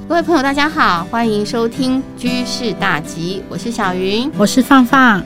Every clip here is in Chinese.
各位朋友大家好，欢迎收听居士大吉，我是小云， 我是放放。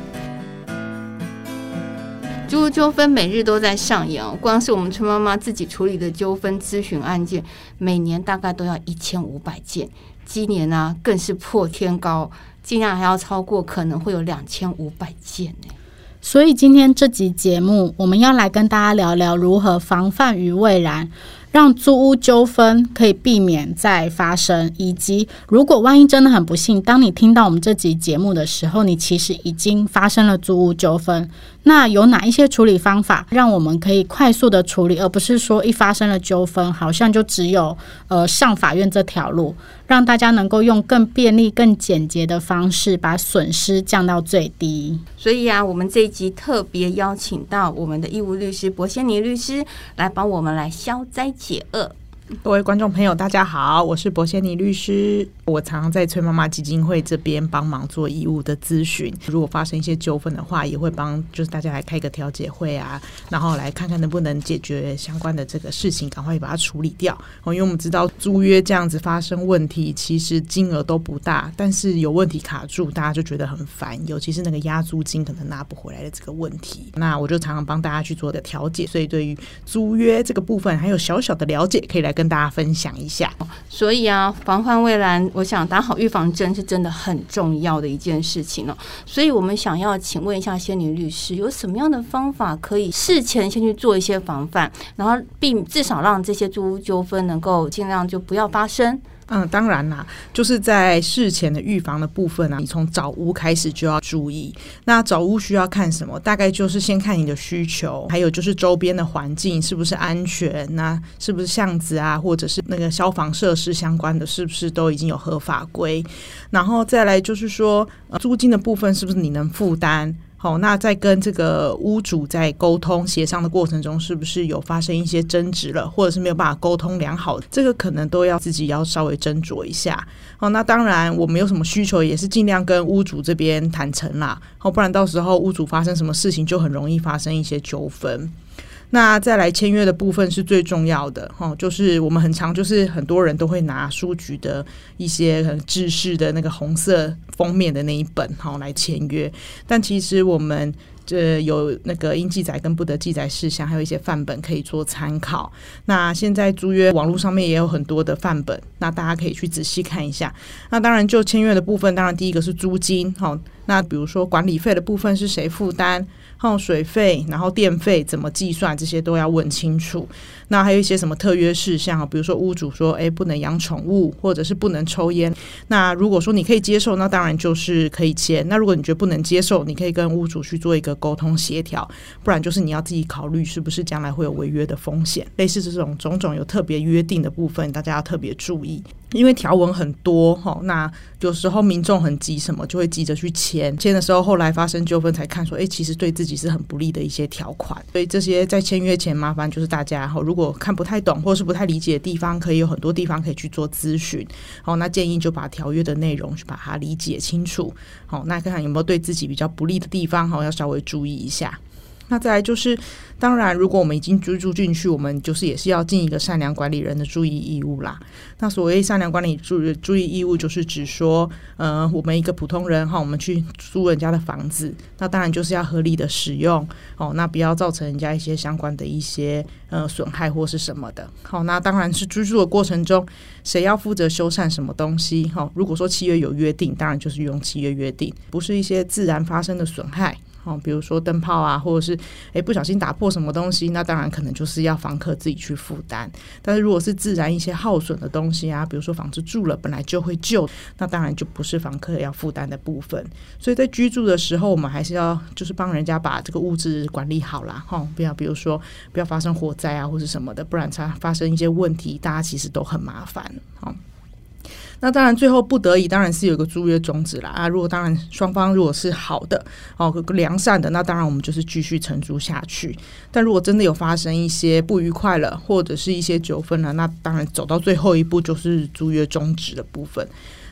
租屋纠纷每日都在上演，光是我们崔妈妈自己处理的纠纷咨询案件，每年大概都要1500件，今年呢更是破天高，竟然还要超过，可能会有2500件呢。 所以今天这集节目，我们要来跟大家聊聊如何防范于未然，让租屋纠纷可以避免再发生，以及如果万一真的很不幸，当你听到我们这集节目的时候，你其实已经发生了租屋纠纷，那有哪一些处理方法让我们可以快速的处理，而不是说一发生了纠纷好像就只有上法院这条路，让大家能够用更便利更简洁的方式把损失降到最低。 所以啊，我们这一集特别邀请到我们的义务律师薄仙妮律师来帮我们来消灾解厄。 各位观众朋友大家好，我是薄仙妮律师，我常常在崔妈妈基金会这边帮忙做义务的咨询，如果发生一些纠纷的话，也会帮就是大家来开个调解会啊，然后来看看能不能解决相关的这个事情，赶快把它处理掉。因为我们知道租约这样子发生问题，其实金额都不大，但是有问题卡住，大家就觉得很烦，尤其是那个押租金可能拿不回来的这个问题，那我就常常帮大家去做的调解，所以对于租约这个部分还有小小的了解，可以来跟大家分享一下。 所以啊，防范未然，我想打好预防针是真的很重要的一件事情哦。所以我们想要请问一下仙妮律师，有什么样的方法可以事前先去做一些防范，然后至少让这些租屋纠纷能够尽量就不要发生？ 当然啦，就是在事前的预防的部分啊，你从找屋开始就要注意。那找屋需要看什么？大概就是先看你的需求，还有就是周边的环境是不是安全，那是不是巷子啊，或者是那个消防设施相关的，是不是都已经有合法规？然后再来就是说，租金的部分是不是你能负担？那在跟这个屋主在沟通协商的过程中，是不是有发生一些争执了，或者是没有办法沟通良好，这个可能都要自己要稍微斟酌一下。那当然我们有什么需求也是尽量跟屋主这边坦诚啦，不然到时候屋主发生什么事情就很容易发生一些纠纷。那再来签约的部分是最重要的，就是我们很常就是很多人都会拿书局的一些很制式的那个红色封面的那一本来签约，但其实我们有那个应记载跟不得记载事项，还有一些范本可以做参考。那现在租约网络上面也有很多的范本，那大家可以去仔细看一下。那当然就签约的部分，当然第一个是租金，那比如说管理费的部分是谁负担，水费然后电费怎么计算，这些都要问清楚。那还有一些什么特约事项，比如说屋主说不能养宠物，或者是不能抽烟，那如果说你可以接受，那当然就是可以签。那如果你觉得不能接受，你可以跟屋主去做一个沟通协调，不然就是你要自己考虑是不是将来会有违约的风险。类似这种种种有特别约定的部分，大家要特别注意，因为条文很多，那有时候民众很急什么就会急着去签的时候，后来发生纠纷才看说其实对自己是很不利的一些条款。所以这些在签约前麻烦就是大家如果看不太懂或是不太理解的地方，可以有很多地方可以去做咨询。那建议就把条约的内容去把它理解清楚，那看看有没有对自己比较不利的地方，要稍微注意一下。那再来就是当然如果我们已经居住进去，我们就是也是要尽一个善良管理人的注意义务啦。那所谓善良管理注意义务，就是指说我们一个普通人我们去租人家的房子，那当然就是要合理的使用那不要造成人家一些相关的一些损害或是什么的那当然是居住的过程中谁要负责修缮什么东西如果说契约有约定，当然就是用契约约定，不是一些自然发生的损害比如说灯泡啊，或者是不小心打破什么东西，那当然可能就是要房客自己去负担。但是如果是自然一些耗损的东西啊，比如说房子住了本来就会旧，那当然就不是房客要负担的部分。所以在居住的时候，我们还是要就是帮人家把这个物质管理好啦，不要比如说不要发生火灾啊或是什么的，不然才发生一些问题，大家其实都很麻烦。那当然最后不得已当然是有一个租约终止啦如果当然双方如果是好的良善的，那当然我们就是继续承租下去。但如果真的有发生一些不愉快了，或者是一些纠纷了，那当然走到最后一步就是租约终止的部分。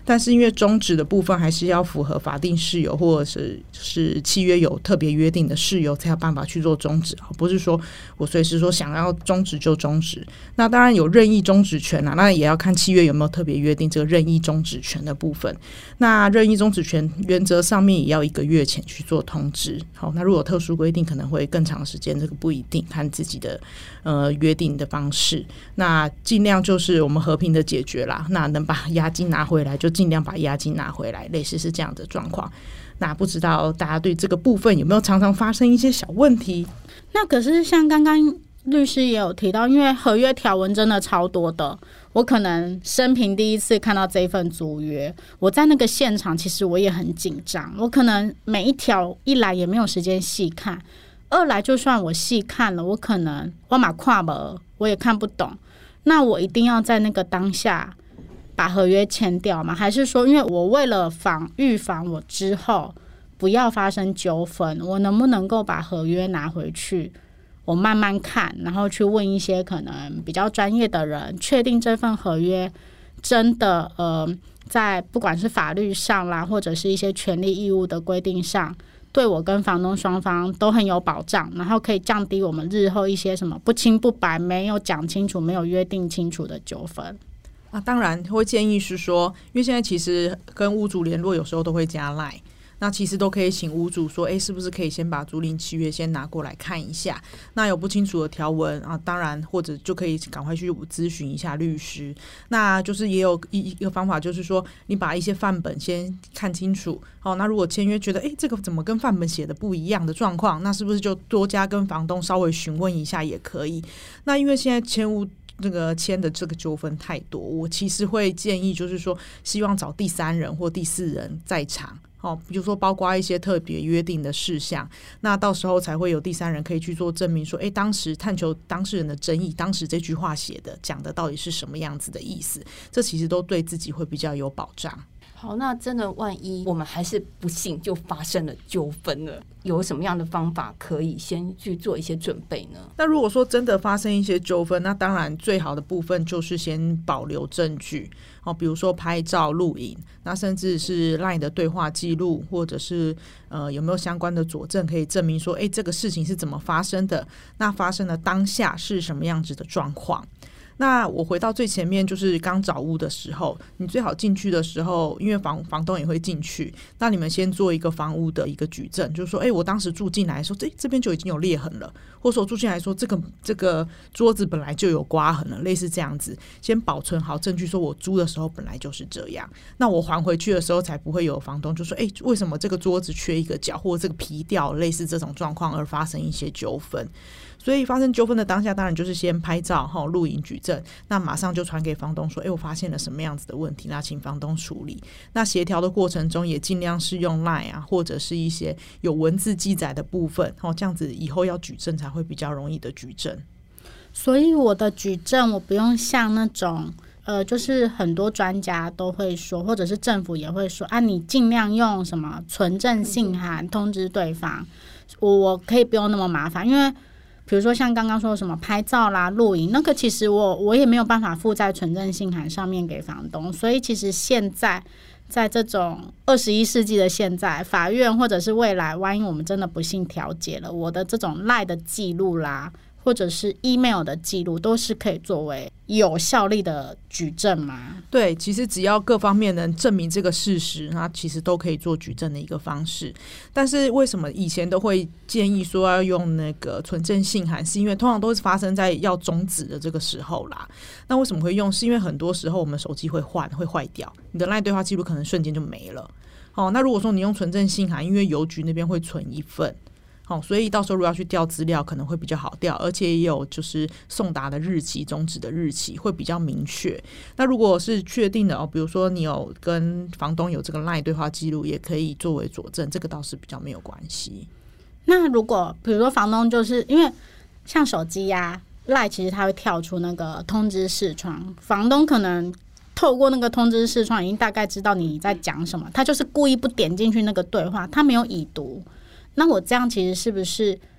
但是因为终止的部分还是要符合法定事由或者是契约有特别约定的事由才有办法去做终止，不是说我随时说想要终止就终止。那当然有任意终止权那也要看契约有没有特别约定这个任意终止权的部分。那任意终止权原则上面也要1个月前去做通知。好，那如果有特殊规定可能会更长时间，这个不一定，看自己的约定的方式。那尽量就是我们和平的解决啦，那能把押金拿回来就尽量把押金拿回来，类似是这样的状况。那不知道大家对这个部分有没有常常发生一些小问题？ 那可是像刚刚律师也有提到，因为合约条文真的超多的，我可能生平第一次看到这一份租约，我在那个现场其实我也很紧张，我可能每一条一来也没有时间细看，二来就算我细看了，我可能我嘛看不，我也看不懂。那我一定要在那个当下把合约签掉吗？还是说因为我为了预防我之后不要发生纠纷，我能不能够把合约拿回去，我慢慢看，然后去问一些可能比较专业的人，确定这份合约真的在不管是法律上啦，或者是一些权利义务的规定上，对我跟房东双方都很有保障，然后可以降低我们日后一些什么不清不白、没有讲清楚、没有约定清楚的纠纷。 当然会建议是说，因为现在其实跟屋主联络有时候都会加 LINE， 那其实都可以请屋主说是不是可以先把租赁契约先拿过来看一下，那有不清楚的条文当然或者就可以赶快去咨询一下律师。那就是也有一个方法，就是说你把一些范本先看清楚那如果签约觉得这个怎么跟范本写的不一样的状况，那是不是就多加跟房东稍微询问一下也可以。那因为现在签的这个纠纷太多，我其实会建议就是说希望找第三人或第四人在场比如说包括一些特别约定的事项，那到时候才会有第三人可以去做证明说当时探求当事人的争议，当时这句话讲的到底是什么样子的意思，这其实都对自己会比较有保障。 好，那真的万一我们还是不幸就发生了纠纷了，有什么样的方法可以先去做一些准备呢？ 那如果说真的发生一些纠纷，那当然最好的部分就是先保留证据比如说拍照、录影，那甚至是 LINE 的对话记录，或者是有没有相关的佐证可以证明说这个事情是怎么发生的，那发生的当下是什么样子的状况。那我回到最前面，就是刚找屋的时候，你最好进去的时候，因为房东也会进去，那你们先做一个房屋的一个举证，就是说我当时住进来的时候这边就已经有裂痕了，或者说住进来说这个桌子本来就有刮痕了，类似这样子，先保存好证据，说我租的时候本来就是这样，那我还回去的时候才不会有房东就说为什么这个桌子缺一个角，或者这个皮掉，类似这种状况而发生一些纠纷。所以发生纠纷的当下，当然就是先拍照录影举证，那马上就传给房东说我发现了什么样子的问题，那请房东处理。那协调的过程中也尽量是用 LINE 或者是一些有文字记载的部分这样子以后要举证才会比较容易的举证。 所以我的举证我不用像那种就是很多专家都会说，或者是政府也会说你尽量用什么存证信函通知对方，我可以不用那么麻烦。因为比如说像刚刚说什么拍照啦、录影，那个其实我也没有办法附在存证信函上面给房东。所以其实现在在这种21世纪的现在，法院或者是未来万一我们真的不幸调解了，我的这种 LINE 的记录啦，或者是 email 的记录都是可以作为有效力的举证吗？ 对，其实只要各方面能证明这个事实，那其实都可以做举证的一个方式。但是为什么以前都会建议说要用那个存证信函，是因为通常都是发生在要终止的这个时候啦。那为什么会用？是因为很多时候我们手机会坏掉，你的 LINE 对话记录可能瞬间就没了那如果说你用存证信函，因为邮局那边会存一份所以到时候如果要去调资料可能会比较好调，而且也有就是送达的日期、终止的日期会比较明确。那如果是确定的比如说你有跟房东有这个 LINE 对话记录，也可以作为佐证，这个倒是比较没有关系。 那如果比如说房东就是因为像手机LINE 其实它会跳出那个通知视窗，房东可能透过那个通知视窗已经大概知道你在讲什么，他就是故意不点进去那个对话，他没有已读。那我这样其实是不是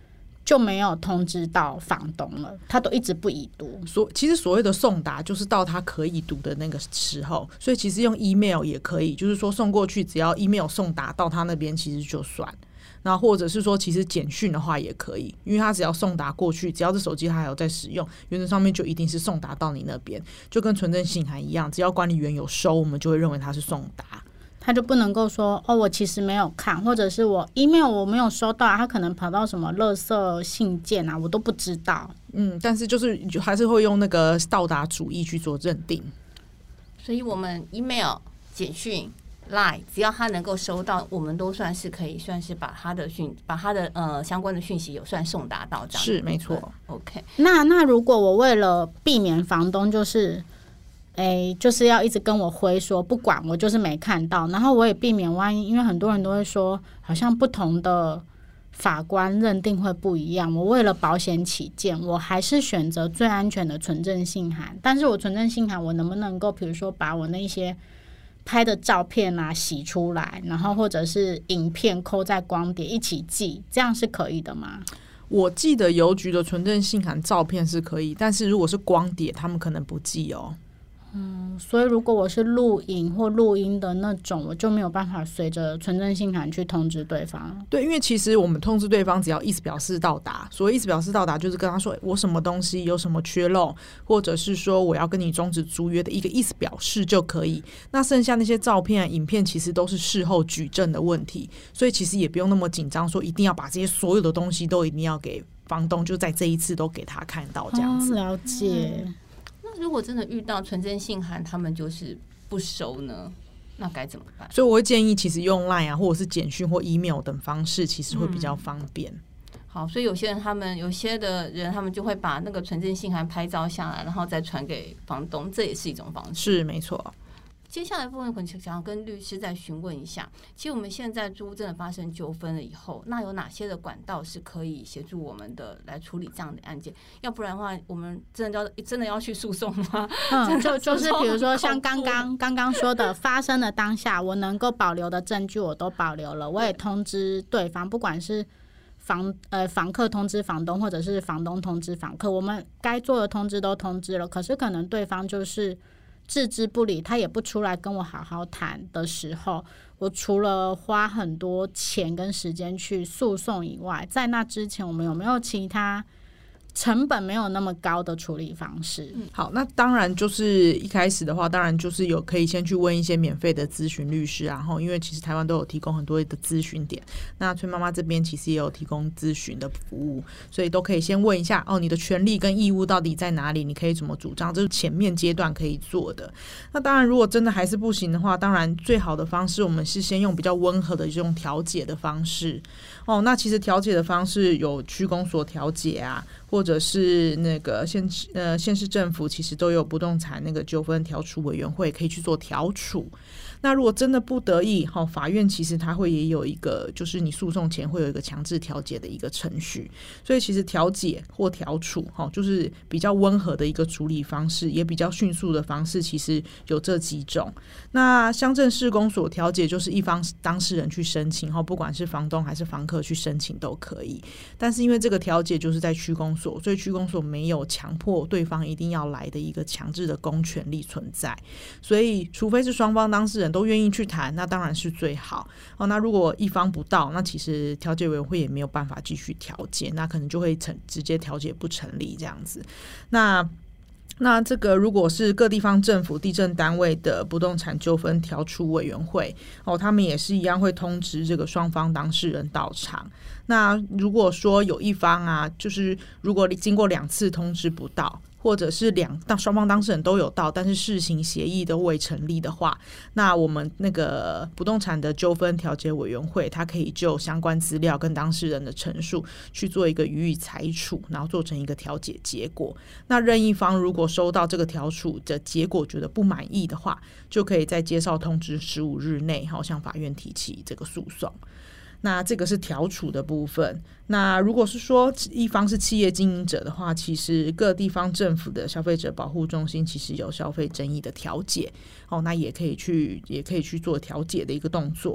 就没有通知到房东了，他都一直不已读。 其实所谓的送达就是到他可以读的那个时候，所以其实用 email 也可以，就是说送过去只要 email 送达到他那边其实就算。那或者是说其实简讯的话也可以，因为他只要送达过去，只要这手机他还有在使用，原则上面就一定是送达到你那边，就跟存证信函一样，只要管理员有收，我们就会认为他是送达。 他就不能够说我其实没有看，或者是我 email 我没有收到，他可能跑到什么垃圾信件啊，我都不知道。 但是就是还是会用那个到达主义去做认定。 所以我们 email、简讯、Line 只要他能够收到，我们都算是可以算是把他的相关的讯息有算送达到这样。 是没错。 OK， 那如果我为了避免房东就是要一直跟我回说不管我就是没看到，然后我也避免万一，因为很多人都会说好像不同的法官认定会不一样，我为了保险起见，我还是选择最安全的存证信函。但是我存证信函我能不能够比如说把我那些拍的照片啊洗出来，然后或者是影片扣在光碟一起寄，这样是可以的吗？ 我记得邮局的存证信函照片是可以，但是如果是光碟他们可能不寄哦。 所以如果我是录影或录音的那种，我就没有办法随着存证信函去通知对方。 对，因为其实我们通知对方只要意思表示到达，所谓意思表示到达就是跟他说我什么东西有什么缺漏，或者是说我要跟你终止租约的一个意思表示就可以。那剩下那些照片影片其实都是事后举证的问题，所以其实也不用那么紧张说一定要把这些所有的东西都一定要给房东，就在这一次都给他看到这样子。 了解。 如果真的遇到存证信函他们就是不收呢，那该怎么办？ 所以我会建议其实用 LINE 啊，或者是简讯或 email 等方式其实会比较方便。 好，所以有些的人他们就会把那个存证信函拍照下来，然后再传给房东，这也是一种方式。 是没错。 接下来部分可能想要跟律师再询问一下，其实我们现在租屋真的发生纠纷了以后，那有哪些的管道是可以协助我们的来处理这样的案件？要不然的话，我们真的要去诉讼吗？ 就是比如说像刚刚说的，发生的当下，我能够保留的证据我都保留了，我也通知对方，不管是房客通知房东，或者是房东通知房客，我们该做的通知都通知了，可是可能对方就是置之不理，他也不出来跟我好好谈的时候，我除了花很多钱跟时间去诉讼以外，在那之前我们有没有其他成本没有那么高的处理方式？ 好，那当然就是一开始的话，当然就是可以先去问一些免费的咨询律师，然后因为其实台湾都有提供很多的咨询点，那崔妈妈这边其实也有提供咨询的服务，所以都可以先问一下你的权利跟义务到底在哪里，你可以怎么主张，这是前面阶段可以做的。那当然如果真的还是不行的话，当然最好的方式我们是先用比较温和的这种调解的方式那其实调解的方式有区公所调解啊，或者是那个县市政府其实都有不动产那个纠纷调处委员会可以去做调处。那如果真的不得已法院其实它也有一个，就是你诉讼前会有一个强制调解的一个程序，所以其实调解或调处就是比较温和的一个处理方式，也比较迅速的方式，其实有这几种。那乡镇市公所调解就是一方当事人去申请，不管是房东还是房客去申请都可以，但是因为这个调解就是在区公所，所以区公所没有强迫对方一定要来的一个强制的公权力存在，所以除非是双方当事人都愿意去谈，那当然是最好那如果一方不到，那其实调解委员会也没有办法继续调解，那可能就会直接调解不成立这样子。那这个如果是各地方政府地政单位的不动产纠纷调处委员会他们也是一样会通知这个双方当事人到场。那如果说有一方啊，就是如果经过2次通知不到，或者是双方当事人都有到，但是事情协议都未成立的话，那我们那个不动产的纠纷调解委员会，它可以就相关资料跟当事人的陈述去做一个予以裁处，然后做成一个调解结果。那任一方如果收到这个调处的结果觉得不满意的话，就可以在接受通知15日内向法院提起这个诉讼。那这个是调处的部分。那如果是说一方是企业经营者的话，其实各地方政府的消费者保护中心其实有消费争议的调解那也可以去做调解的一个动作。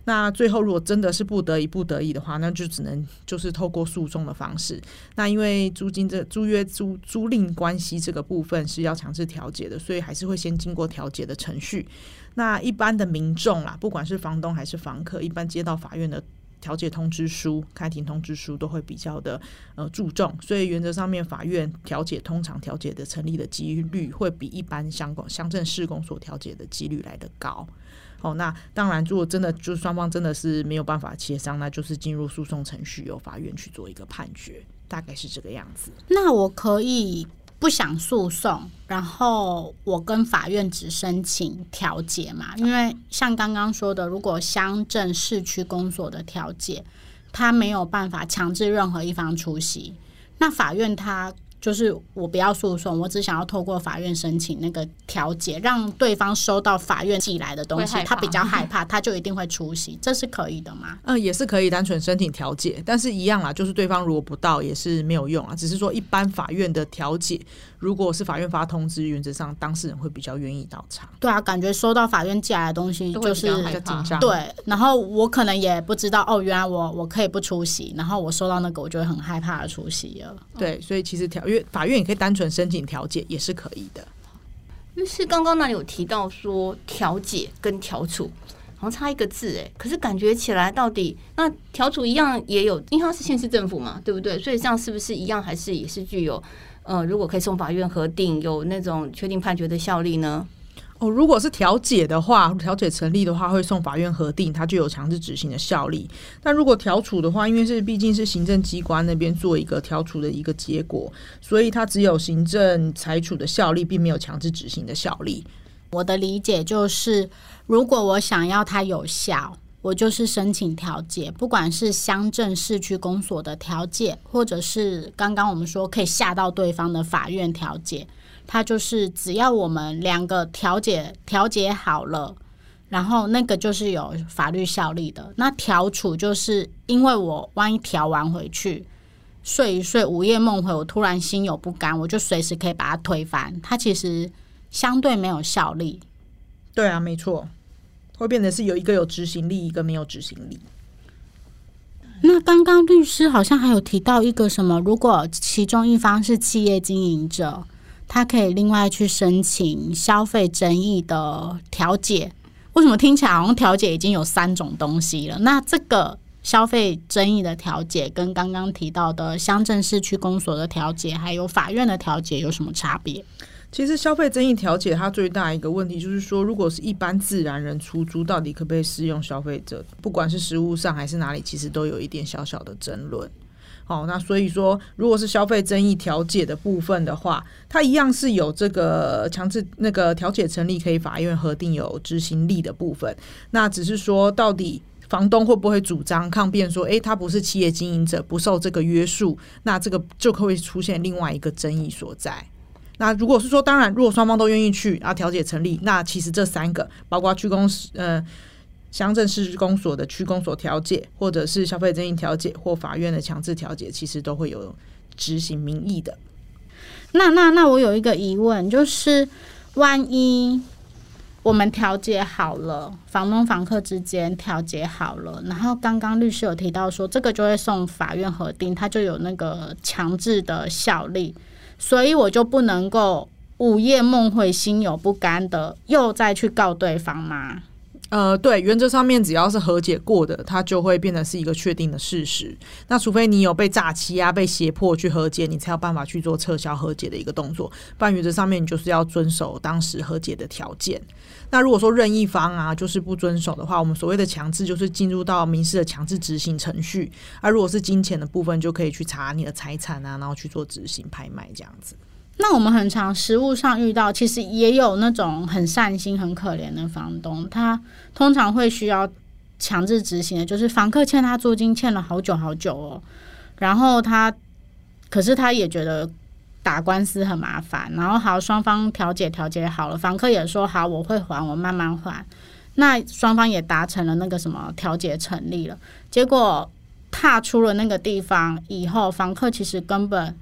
那最后如果真的是不得已的话，那就只能就是透过诉讼的方式。那因为租约租赁关系这个部分是要强制调解的，所以还是会先经过调解的程序。那一般的民众啦，不管是房东还是房客，一般接到法院的调解通知书、开庭通知书都会比较的注重，所以原则上面法院通常调解的成立的几率会比一般乡镇市公所调解的几率来得高。那当然如果真的就双方真的是没有办法协商，那就是进入诉讼程序，由法院去做一个判决，大概是这个样子。 那我可以不想诉讼，然后我跟法院只申请调解嘛？因为像刚刚说的，如果乡镇市区公所的调解，他没有办法强制任何一方出席，那法院他就是我不要诉讼，我只想要透过法院申请那个调解，让对方收到法院寄来的东西，他比较害怕，他就一定会出席，这是可以的吗？ 也是可以单纯申请调解，但是一样啦，就是对方如果不到也是没有用啊。只是说一般法院的调解，如果是法院发通知，原则上当事人会比较愿意到场。 对啊，感觉收到法院寄来的东西就是比较紧张， 对，然后我可能也不知道原来我可以不出席，然后我收到那个我就会很害怕的出席了。 对，所以其实法院也可以单纯申请调解，也是可以的。 律师刚刚那里有提到说调解跟调处好像差一个字可是感觉起来到底那调处一样也有，因为它是县市政府嘛，对不对？所以这样是不是一样还是也是具有如果可以送法院核定，有那种确定判决的效力呢？ 如果是调解的话，调解成立的话会送法院核定，它就有强制执行的效力。但如果调处的话，因为毕竟是行政机关那边做一个调处的一个结果，所以它只有行政裁处的效力，并没有强制执行的效力。 我的理解就是，如果我想要它有效，我就是申请调解，不管是乡镇市区公所的调解，或者是刚刚我们说可以吓到对方的法院调解，它就是只要我们两个调解好了，然后那个就是有法律效力的。那调处就是因为我万一调完回去睡一睡，午夜梦回，我突然心有不甘，我就随时可以把它推翻，它其实相对没有效力。 对啊，没错，会变成是有一个有执行力，一个没有执行力。 那刚刚律师好像还有提到一个什么，如果其中一方是企业经营者，他可以另外去申请消费争议的调解。为什么听起来好像调解已经有3种东西了？那这个消费争议的调解跟刚刚提到的乡镇市区公所的调解还有法院的调解有什么差别？ 其实消费争议调解它最大一个问题就是说，如果是一般自然人出租，到底可不可以适用消费者，不管是实务上还是哪里，其实都有一点小小的争论。那所以说如果是消费争议调解的部分的话，它一样是有这个强制那个调解成立，可以法院核定有执行力的部分。那只是说到底房东会不会主张抗辩说他不是企业经营者，不受这个约束，那这个就会出现另外一个争议所在。那如果是说当然如果双方都愿意去调解成立，那其实这3个包括乡镇市公所的区公所调解，或者是消费争议调解或法院的强制调解，其实都会有执行民意的。 那我有一个疑问，就是万一我们调解好了，房东房客之间调解好了，然后刚刚律师有提到说这个就会送法院核定，它就有那个强制的效力，所以我就不能够午夜梦回心有不甘的又再去告对方吗？ 对，原则上面只要是和解过的，它就会变成是一个确定的事实。那除非你有被诈欺被胁迫去和解，你才有办法去做撤销和解的一个动作，不然原则上面你就是要遵守当时和解的条件。那如果说任意方就是不遵守的话，我们所谓的强制就是进入到民事的强制执行程序。如果是金钱的部分，就可以去查你的财产然后去做执行拍卖这样子。 那我们很常实务上遇到，其实也有那种很善心很可怜的房东，他通常会需要强制执行的，就是房客欠他租金欠了好久好久然后可是他也觉得打官司很麻烦，然后好双方调解好了，房客也说好我会还，我慢慢还，那双方也达成了那个什么调解成立了，结果踏出了那个地方以后，房客其实根本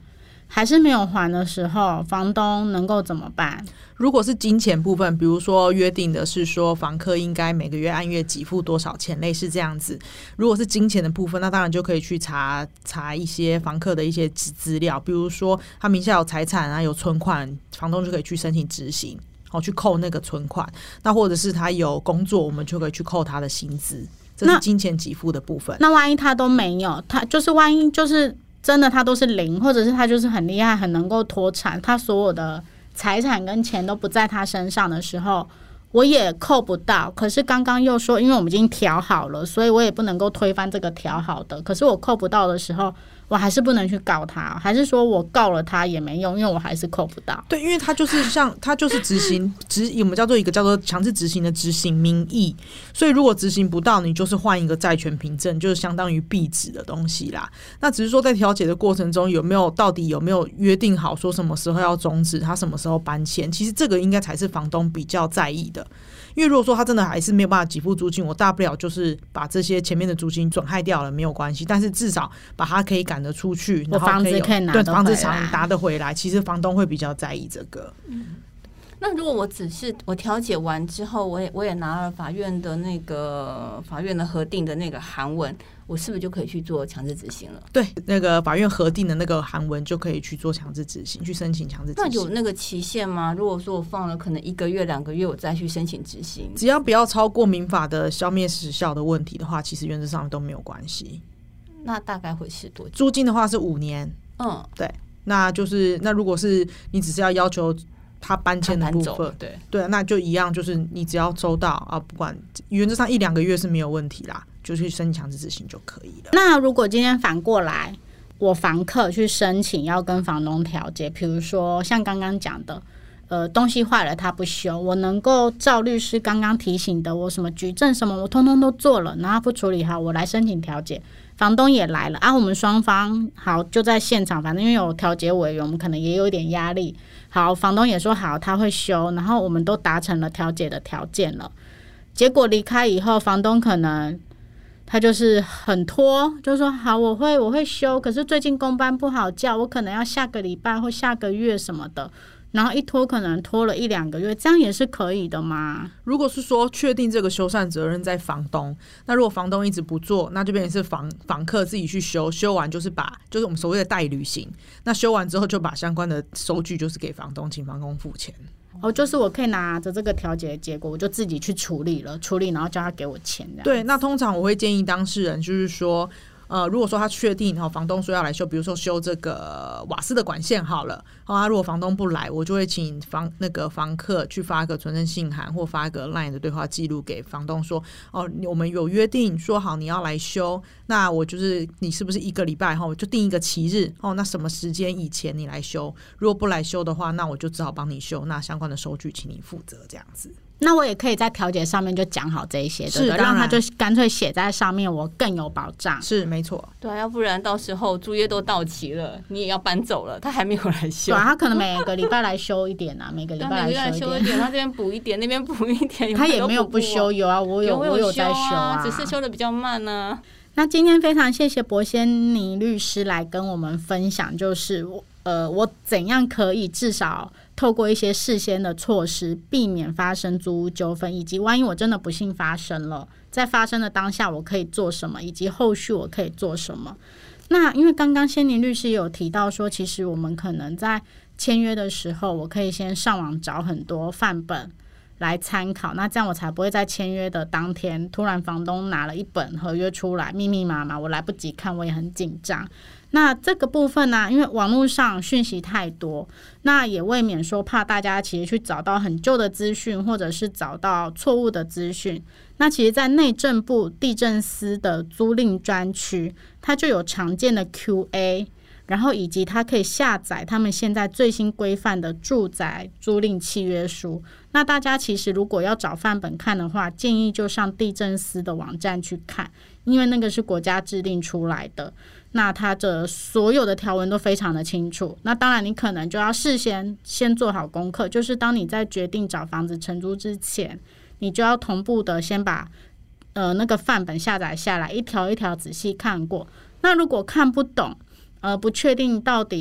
还是没有还的时候，房东能够怎么办？ 如果是金钱部分，比如说约定的是说房客应该每个月按月给付多少钱，类似这样子。如果是金钱的部分，那当然就可以去查一些房客的一些资料，比如说他名下有财产啊，有存款，房东就可以去申请执行，去扣那个存款。那或者是他有工作，我们就可以去扣他的薪资，这是金钱给付的部分。 那万一他都没有，他就是万一就是真的他都是零，或者是他就是很厉害，很能够脱产，他所有的财产跟钱都不在他身上的时候，我也扣不到。可是刚刚又说因为我们已经调好了，所以我也不能够推翻这个调好的，可是我扣不到的时候，我还是不能去告他，还是说我告了他也没用，因为我还是扣不到。 对，因为他就是他就是执行我们叫做一个叫做强制执行的执行名义，所以如果执行不到，你就是换一个债权凭证，就是相当于壁纸的东西啦。那只是说在调解的过程中到底有没有约定好说什么时候要终止，他什么时候搬迁，其实这个应该才是房东比较在意的。因为如果说他真的还是没有办法给付租金，我大不了就是把这些前面的租金损害掉了没有关系，但是至少把他可以赶得出去，然后房子可以拿得回来， 对，房子拿得回来，其实房东会比较在意这个。 那如果我调解完之后，我也拿了法院的核定的那个函文，我是不是就可以去做强制执行了？ 对，那个法院核定的那个函文就可以去做强制执行，去申请强制执行。 那有那个期限吗？如果说我放了可能1个月、2个月，我再去申请执行， 只要不要超过民法的消灭时效的问题的话，其实原则上都没有关系。 那大概会是多久？ 租金的话是5年。对，那如果是你只是要求他搬迁的部分，对，那就一样，就是你只要收到啊，不管原则上1-2个月是没有问题啦，就去申请强制执行就可以了。 那如果今天反过来，我房客去申请要跟房东调解，比如说像刚刚讲的，东西坏了他不修，我能够照律师刚刚提醒的，我什么举证什么我通通都做了，然后他不处理好，我来申请调解，房东也来了啊，我们双方好就在现场，反正因为有调解委员，我们可能也有一点压力。好，房东也说好他会修，然后我们都达成了调解的条件了。结果离开以后，房东可能他就是很拖，就说好我会修，可是最近公班不好叫，我可能要下个礼拜或下个月什么的。然后一拖可能拖了1-2个月，这样也是可以的吗？ 如果是说确定这个修缮责任在房东，那如果房东一直不做，那就变成是房客自己去修，修完就是我们所谓的代履行，那修完之后就把相关的收据就是给房东，请房东付钱。 就是我可以拿着这个调解的结果，我就自己去处理然后叫他给我钱。 对，那通常我会建议当事人就是说如果说他确定房东说要来修，比如说修这个瓦斯的管线好了，如果房东不来，我就会请房客去发个存证信函或发个 LINE 的对话记录给房东说，我们有约定说好你要来修，那我就是你是不是1个礼拜就定一个期日那什么时间以前你来修，如果不来修的话，那我就只好帮你修，那相关的收据请你负责这样子。 那我也可以在调解上面就讲好这一些，对不对？让他就干脆写在上面，我更有保障。 是没错， 对，要不然到时候租约都到期了，你也要搬走了，他还没有来修。 对，他可能每个礼拜来修一点啊，每个礼拜来修一点， 他这边补一点，那边补一点， 他也没有不修，有啊，我有在修啊， 只是修的比较慢啊。 那今天非常谢谢博仙妮律师来跟我们分享，就是我怎样可以至少透过一些事先的措施避免发生租屋纠纷，以及万一我真的不幸发生了，在发生的当下我可以做什么，以及后续我可以做什么。那因为刚刚仙妮律师也有提到说，其实我们可能在签约的时候，我可以先上网找很多范本来参考，那这样我才不会在签约的当天突然房东拿了一本合约出来，密密麻麻，我来不及看，我也很紧张。那这个部分呢，因为网络上讯息太多，那也未免说怕大家其实去找到很旧的资讯，或者是找到错误的资讯。那其实在内政部地政司的租赁专区，它就有常见的 QA， 然后以及它可以下载他们现在最新规范的住宅租赁契约书。那大家其实如果要找范本看的话，建议就上地政司的网站去看，因为那个是国家制定出来的，那它的所有的条文都非常的清楚。那当然你可能就要事先做好功课，就是当你在决定找房子承租之前，你就要同步的先把那个范本下载下来，一条一条仔细看过。那如果看不懂不确定到底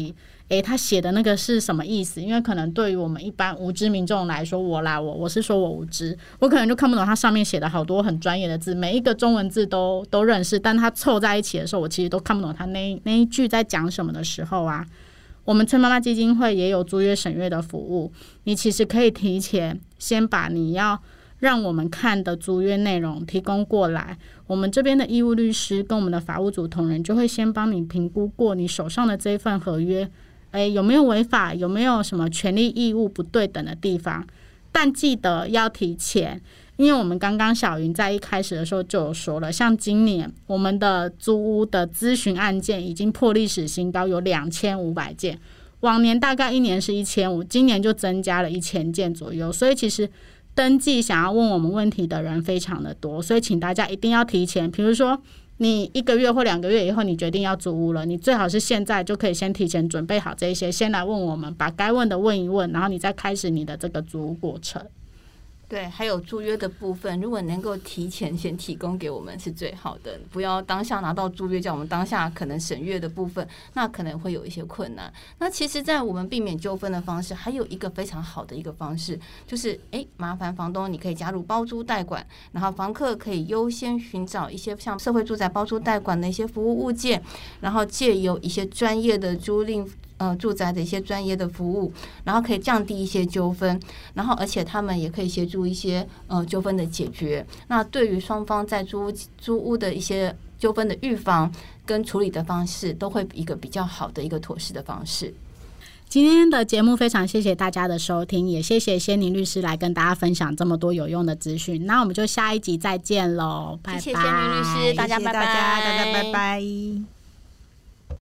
他写的那个是什么意思？因为可能对于我们一般无知民众来说，我是说我无知，我可能就看不懂他上面写的好多很专业的字，每一个中文字都认识，但他凑在一起的时候，我其实都看不懂他那一句在讲什么的时候啊。我们崔妈妈基金会也有租约审阅的服务，你其实可以提前先把你要让我们看的租约内容提供过来，我们这边的义务律师跟我们的法务组同仁就会先帮你评估过你手上的这份合约，有没有违法，有没有什么权利义务不对等的地方。但记得要提前，因为我们刚刚小云在一开始的时候就有说了，像今年我们的租屋的咨询案件已经破历史新高，有2500件，往年大概一年是1500，今年就增加了1000件左右，所以其实登记想要问我们问题的人非常的多，所以请大家一定要提前，比如说你1个月或2个月以后你决定要租屋了，你最好是现在就可以先提前准备好这一些，先来问我们，把该问的问一问，然后你再开始你的这个租屋过程。 对，还有租约的部分，如果能够提前先提供给我们是最好的，不要当下拿到租约，叫我们当下可能审阅的部分，那可能会有一些困难。那其实在我们避免纠纷的方式，还有一个非常好的一个方式，就是麻烦房东你可以加入包租代管，然后房客可以优先寻找一些像社会住宅包租代管的一些服务物件，然后借由一些专业的租赁住宅的一些专业的服务，然后可以降低一些纠纷，然后而且他们也可以协助一些纠纷的解决。那对于双方在租屋的一些纠纷的预防跟处理的方式，都会一个比较好的一个妥适的方式。 今天的节目非常谢谢大家的收听，也谢谢仙妮律师来跟大家分享这么多有用的资讯。那我们就下一集再见喽，拜拜！ 谢谢仙妮律师，大家拜拜， 大家拜拜。